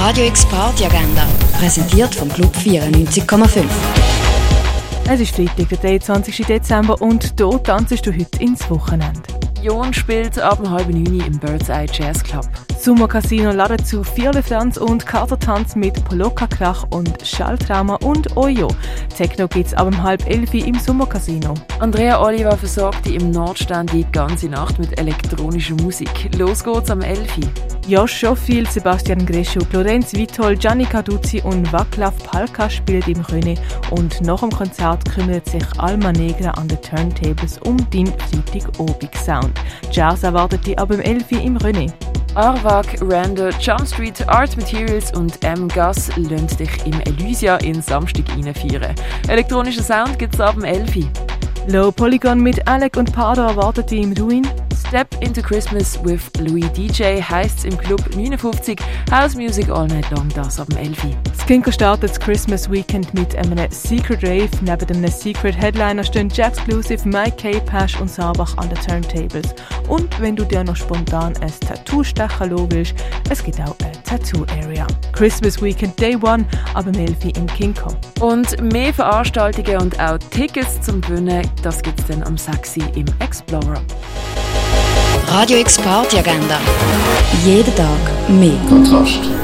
Radio X Party Agenda, präsentiert vom Club 94,5. Es ist Freitag, der 23. Dezember und hier tanzt du heute ins Wochenende. Jon spielt ab 8:30 im Bird's Eye Jazz Club. Summer Casino ladet zu Vierletanz und Katertanz mit Polka Krach und Schalltrauma und Ojo. Techno gibt's ab 10:30 im Summer Casino. Andrea Oliver versorgt dich im Nordstand die ganze Nacht mit elektronischer Musik. Los geht's am 11. Josh Schofield, Sebastian Greschuk, Lorenz Vitol, Gianni Carducci und Vaclav Palka spielen im Röne. Und nach dem Konzert kümmert sich Alma Negra an den Turntables um den Freitagabend-Sound. Jazz erwartet dich ab 11 im Röne. Arvak, Rando, Jump Street, Art Materials und M-Gas lassen dich im Elysia in Samstag feiern. Elektronischer Sound gibt's ab 11. Low Polygon mit Alec und Pada erwartet dich im Ruin. Step into Christmas with Louis DJ heisst im Club 59. House Music all night long, das ab 11. Skinker startet das Christmas Weekend mit einem Secret Rave. Neben einem Secret Headliner stehen Jazzclusive, Mike K, Pash und Sarbach an den Turntables. Und wenn du dir noch spontan ein Tattoo stechen lassen willst, es gibt auch eine Tattoo Area. Christmas Weekend Day 1 ab 11 im King Kong. Und mehr Veranstaltungen und auch Tickets zum Gewinnen, das gibt's dann am 6 im Explorer. Radio X Party Agenda. Jeden Tag mehr Kontrast.